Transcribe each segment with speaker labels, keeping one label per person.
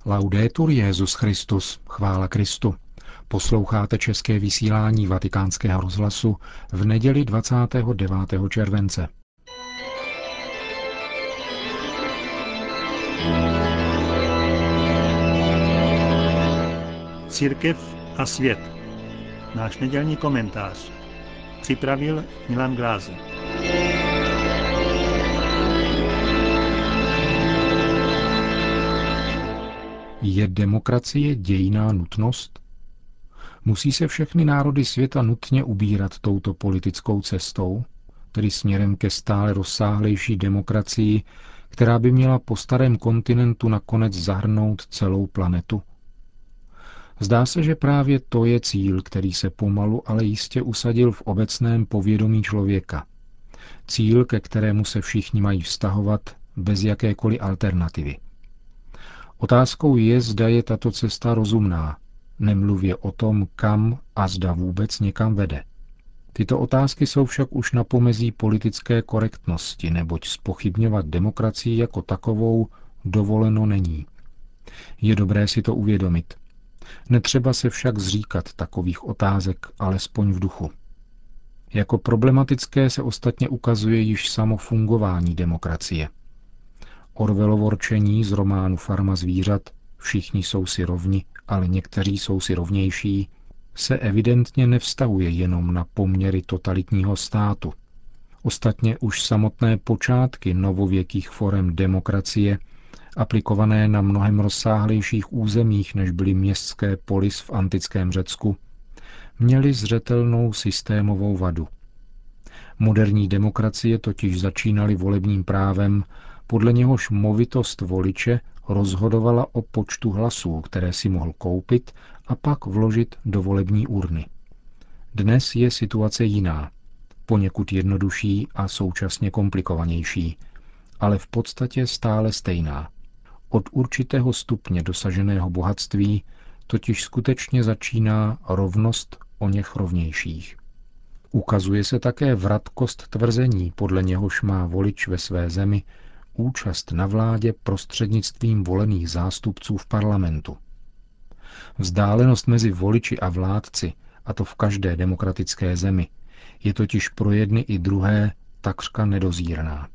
Speaker 1: Laudetur Jesus Christus, chvála Kristu. Posloucháte české vysílání Vatikánského rozhlasu v neděli 29. července.
Speaker 2: Církev a svět. Náš nedělní komentář. Připravil Milan Glázer.
Speaker 1: Je demokracie dějinná nutnost? Musí se všechny národy světa nutně ubírat touto politickou cestou, tedy směrem ke stále rozsáhlejší demokracii, která by měla po starém kontinentu nakonec zahrnout celou planetu? Zdá se, že právě to je cíl, který se pomalu, ale jistě usadil v obecném povědomí člověka. Cíl, ke kterému se všichni mají vztahovat bez jakékoliv alternativy. Otázkou je, zda je tato cesta rozumná, nemluvě o tom, kam a zda vůbec někam vede. Tyto otázky jsou však už na pomezí politické korektnosti, neboť zpochybňovat demokracii jako takovou dovoleno není. Je dobré si to uvědomit. Netřeba se však zříkat takových otázek, alespoň v duchu. Jako problematické se ostatně ukazuje již samo fungování demokracie. Orwellovo rčení z románu Farma zvířat, všichni jsou si rovni, ale někteří jsou si rovnější, se evidentně nevztahuje jenom na poměry totalitního státu. Ostatně už samotné počátky novověkých forem demokracie, aplikované na mnohem rozsáhlejších územích, než byly městské polis v antickém Řecku, měly zřetelnou systémovou vadu. Moderní demokracie totiž začínaly volebním právem, podle něhož movitost voliče rozhodovala o počtu hlasů, které si mohl koupit a pak vložit do volební urny. Dnes je situace jiná, poněkud jednodušší a současně komplikovanější, ale v podstatě stále stejná. Od určitého stupně dosaženého bohatství totiž skutečně začíná rovnost oněch rovnějších. Ukazuje se také vratkost tvrzení, podle něhož má volič ve své zemi účast na vládě prostřednictvím volených zástupců v parlamentu. Vzdálenost mezi voliči a vládci, a to v každé demokratické zemi, je totiž pro jedny i druhé takřka nedozírná.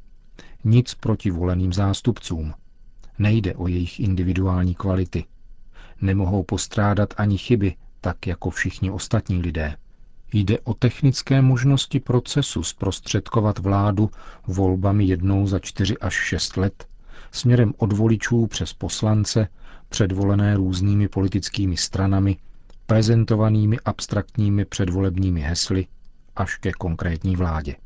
Speaker 1: Nic proti voleným zástupcům. Nejde o jejich individuální kvality. Nemohou postrádat ani chyby, tak jako všichni ostatní lidé. Jde o technické možnosti procesu zprostředkovat vládu volbami jednou za 4 až 6 let, směrem od voličů přes poslance, předvolené různými politickými stranami, prezentovanými abstraktními předvolebními hesly, až ke konkrétní vládě.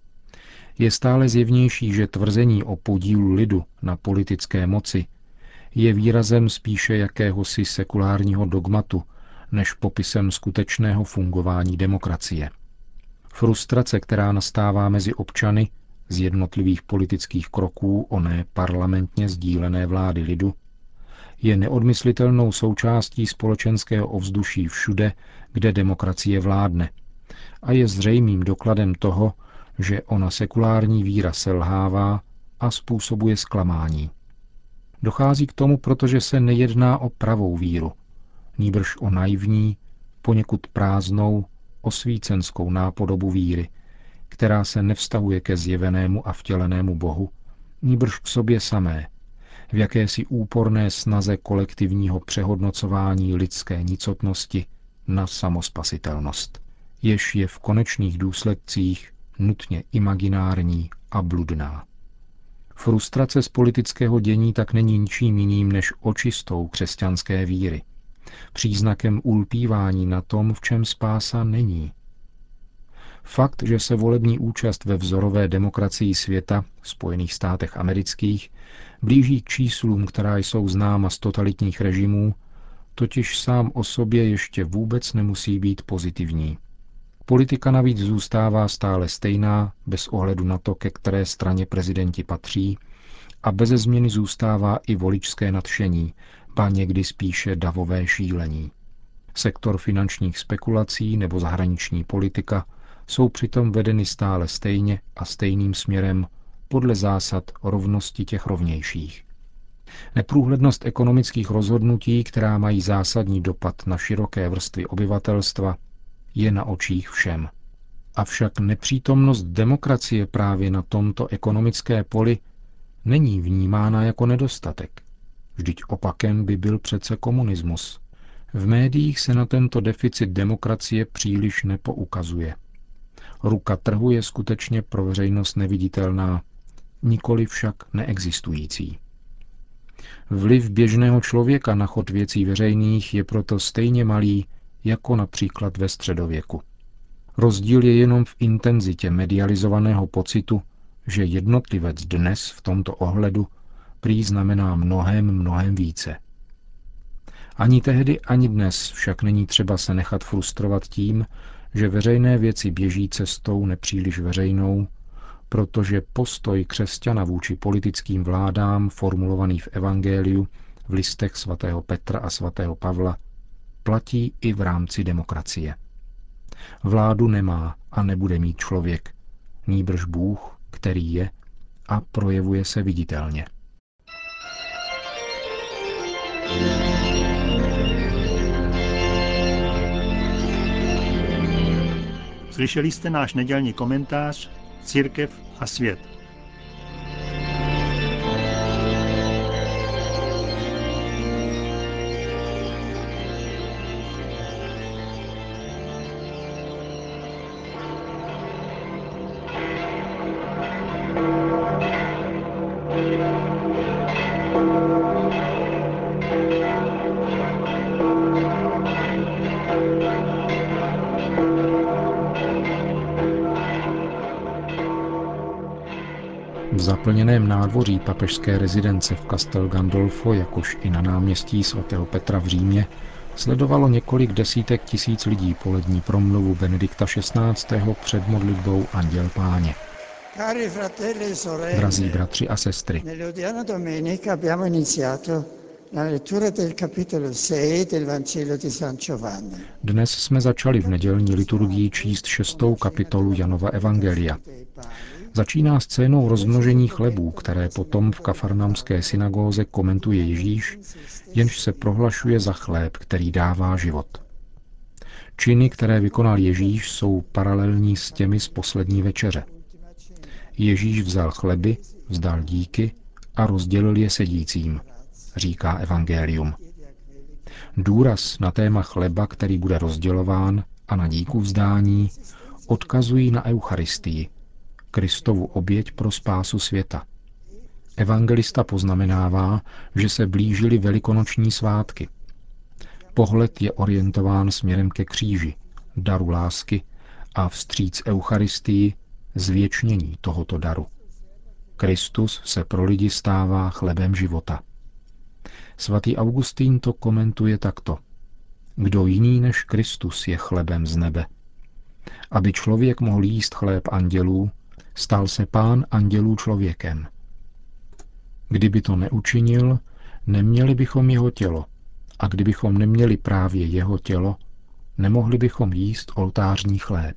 Speaker 1: Je stále zjevnější, že tvrzení o podílu lidu na politické moci je výrazem spíše jakéhosi sekulárního dogmatu, než popisem skutečného fungování demokracie. Frustrace, která nastává mezi občany z jednotlivých politických kroků oné parlamentně sdílené vlády lidu, je neodmyslitelnou součástí společenského ovzduší všude, kde demokracie vládne, a je zřejmým dokladem toho, že ona sekulární víra selhává a způsobuje zklamání. Dochází k tomu, protože se nejedná o pravou víru, nýbrž o naivní, poněkud prázdnou, osvícenskou nápodobu víry, která se nevztahuje ke zjevenému a vtělenému Bohu, nýbrž k sobě samé, v jakési úporné snaze kolektivního přehodnocování lidské nicotnosti na samospasitelnost, jež je v konečných důsledcích nutně imaginární a bludná. Frustrace z politického dění tak není ničím jiným než očistou křesťanské víry, příznakem ulpívání na tom, v čem spása není. Fakt, že se volební účast ve vzorové demokracii světa, Spojených státech amerických, blíží k číslům, která jsou známa z totalitních režimů, totiž sám o sobě ještě vůbec nemusí být pozitivní. Politika navíc zůstává stále stejná, bez ohledu na to, ke které straně prezidenti patří, a beze změny zůstává i voličské nadšení, ba někdy spíše davové šílení. Sektor finančních spekulací nebo zahraniční politika jsou přitom vedeny stále stejně a stejným směrem podle zásad rovnosti těch rovnějších. Neprůhlednost ekonomických rozhodnutí, která mají zásadní dopad na široké vrstvy obyvatelstva, je na očích všem. Avšak nepřítomnost demokracie právě na tomto ekonomické poli není vnímána jako nedostatek. Vždyť opakem by byl přece komunismus. V médiích se na tento deficit demokracie příliš nepoukazuje. Ruka trhu je skutečně pro veřejnost neviditelná, nikoli však neexistující. Vliv běžného člověka na chod věcí veřejných je proto stejně malý, jako například ve středověku. Rozdíl je jenom v intenzitě medializovaného pocitu, že jednotlivec dnes v tomto ohledu prý znamená mnohem více. Ani tehdy, ani dnes však není třeba se nechat frustrovat tím, že veřejné věci běží cestou nepříliš veřejnou, protože postoj křesťana vůči politickým vládám formulovaný v evangeliu, v listech svatého Petra a svatého Pavla, platí i v rámci demokracie. Vládu nemá a nebude mít člověk, nýbrž Bůh, který je a projevuje se viditelně.
Speaker 2: Slyšeli jste náš nedělní komentář Církev a svět.
Speaker 1: V zaplněném nádvoří papežské rezidence v Castel Gandolfo, jakož i na náměstí svatého Petra v Římě, sledovalo několik desítek tisíc lidí polední promluvu Benedikta XVI. Před modlitbou Anděl Páně. Drazí bratři a sestry, dnes jsme začali v nedělní liturgii číst 6. kapitolu Janova evangelia. Začíná scénou rozmnožení chlebů, které potom v kafarnaumské synagóze komentuje Ježíš, jenž se prohlašuje za chléb, který dává život. Činy, které vykonal Ježíš, jsou paralelní s těmi z poslední večeře. Ježíš vzal chleby, vzdal díky a rozdělil je sedícím, říká evangelium. Důraz na téma chleba, který bude rozdělován, a na díku vzdání odkazují na Eucharistii, Kristovu oběť pro spásu světa. Evangelista poznamenává, že se blížily velikonoční svátky. Pohled je orientován směrem ke kříži, daru lásky a vstříc Eucharistii, zvěčnění tohoto daru. Kristus se pro lidi stává chlebem života. Svatý Augustín to komentuje takto. Kdo jiný než Kristus je chlebem z nebe? Aby člověk mohl jíst chléb andělů, stal se Pán andělů člověkem. Kdyby to neučinil, neměli bychom jeho tělo, a kdybychom neměli právě jeho tělo, nemohli bychom jíst oltářní chléb.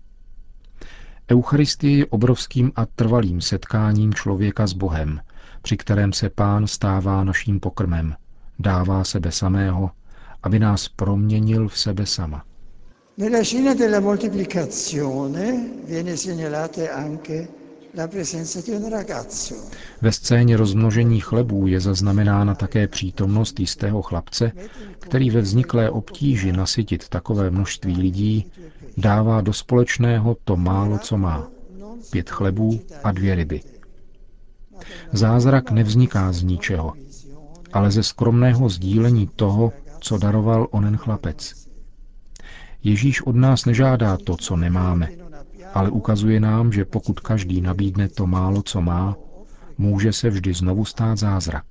Speaker 1: Eucharistie je obrovským a trvalým setkáním člověka s Bohem, při kterém se Pán stává naším pokrmem, dává sebe samého, aby nás proměnil v sebe sama.
Speaker 3: Nella scena della moltiplicazione viene segnalata anche la presenza di un ragazzo.
Speaker 1: Ve scéně rozmnožení chlebů je zaznamenána také přítomnost jistého chlapce, který ve vzniklé obtíži nasytit takové množství lidí dává do společného to málo, co má. 5 chlebů a 2 ryby. Zázrak nevzniká z ničeho, ale ze skromného sdílení toho, co daroval onen chlapec. Ježíš od nás nežádá to, co nemáme, ale ukazuje nám, že pokud každý nabídne to málo, co má, může se vždy znovu stát zázrak.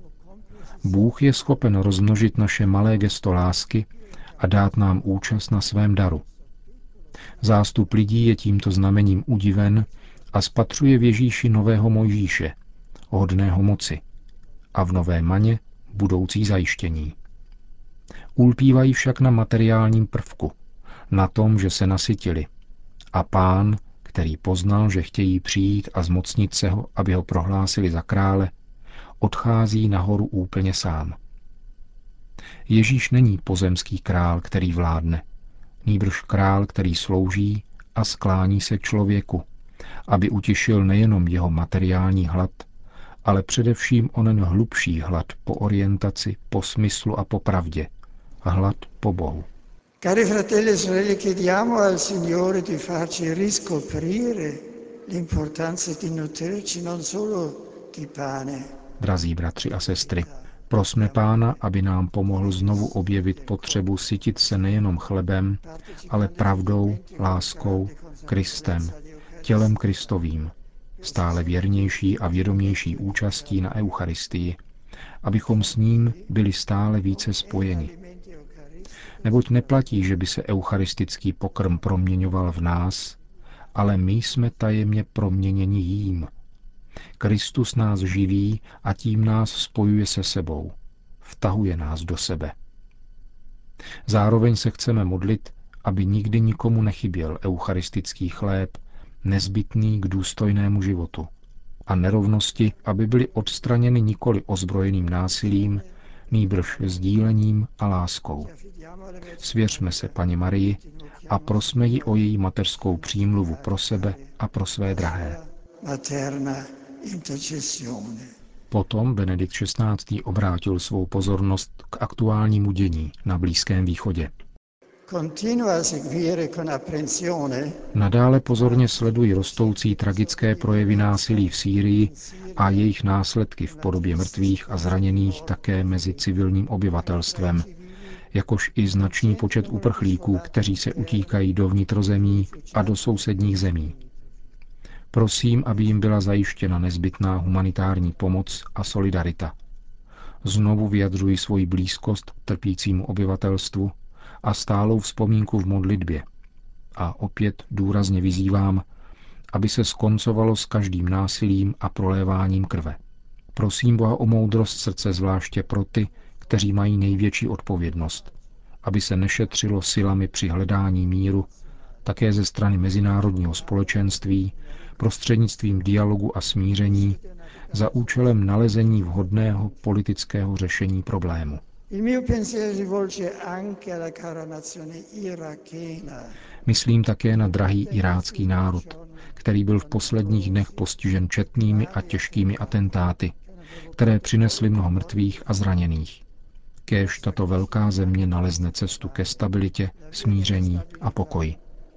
Speaker 1: Bůh je schopen rozmnožit naše malé gesto lásky a dát nám účast na svém daru. Zástup lidí je tímto znamením udiven a spatřuje v Ježíši nového Mojžíše, hodného moci, a v nové maně budoucí zajištění. Ulpívají však na materiálním prvku, na tom, že se nasytili. A Pán, který poznal, že chtějí přijít a zmocnit se ho, aby ho prohlásili za krále, odchází nahoru úplně sám. Ježíš není pozemský král, který vládne, nýbrž král, který slouží a sklání se k člověku, aby utěšil nejenom jeho materiální hlad, ale především onen hlubší hlad po orientaci, po smyslu a po pravdě, hlad po Bohu.
Speaker 3: Cari fratelli e sorelle, chiediamo al Signore di farci riscoprire l'importanza di nutrirci non solo di pane.
Speaker 1: Drazí bratři a sestry, prosme Pána, aby nám pomohl znovu objevit potřebu sytit se nejenom chlebem, ale pravdou, láskou, Kristem, tělem Kristovým, stále věrnější a vědomější účastí na Eucharistii, abychom s ním byli stále více spojeni. Neboť neplatí, že by se eucharistický pokrm proměňoval v nás, ale my jsme tajemně proměněni jím. Kristus nás živí a tím nás spojuje se sebou. Vtahuje nás do sebe. Zároveň se chceme modlit, aby nikdy nikomu nechyběl eucharistický chléb, nezbytný k důstojnému životu, a nerovnosti, aby byly odstraněny nikoli ozbrojeným násilím, nýbrž sdílením a láskou. Svěřme se Panně Marii a prosme ji o její mateřskou přímluvu pro sebe a pro své drahé. Potom Benedikt XVI. Obrátil svou pozornost k aktuálnímu dění na Blízkém východě. Nadále pozorně sledují rostoucí tragické projevy násilí v Sýrii a jejich následky v podobě mrtvých a zraněných také mezi civilním obyvatelstvem, jakož i značný počet uprchlíků, kteří se utíkají do vnitrozemí a do sousedních zemí. Prosím, aby jim byla zajištěna nezbytná humanitární pomoc a solidarita. Znovu vyjadřuji svoji blízkost trpícímu obyvatelstvu a stálou vzpomínku v modlitbě. A opět důrazně vyzývám, aby se skoncovalo s každým násilím a proléváním krve. Prosím Boha o moudrost srdce zvláště pro ty, kteří mají největší odpovědnost, aby se nešetřilo silami při hledání míru, také ze strany mezinárodního společenství, prostřednictvím dialogu a smíření, za účelem nalezení vhodného politického řešení problému. Myslím také na drahý irácký národ, který byl v posledních dnech postižen četnými a těžkými atentáty, které přinesly mnoho mrtvých a zraněných. Kéž tato velká země nalezne cestu ke stabilitě, smíření a pokoji.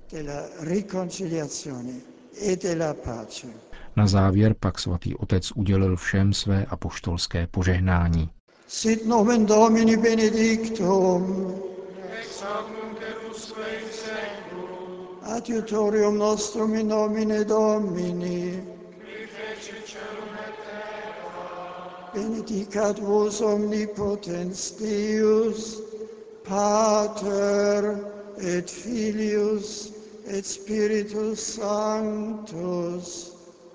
Speaker 1: Na závěr pak svatý otec udělil všem své apoštolské požehnání.
Speaker 3: Sit nomen Domini benedictum,
Speaker 4: ex hoc nunc et usque in seculum,
Speaker 3: adiutorium nostrum in nomine Domini,
Speaker 4: qui fecit caelum et terra,
Speaker 3: benedicat vos omnipotens Deus, Pater et Filius et Spiritus Sanctus.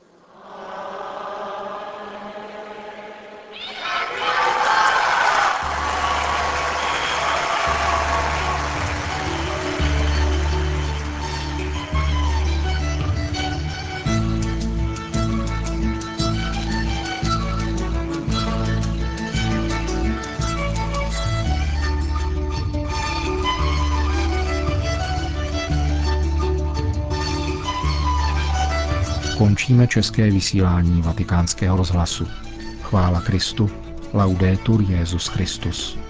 Speaker 1: Končíme české vysílání Vatikánského rozhlasu. Chvála Kristu, laudetur Jesus Christus.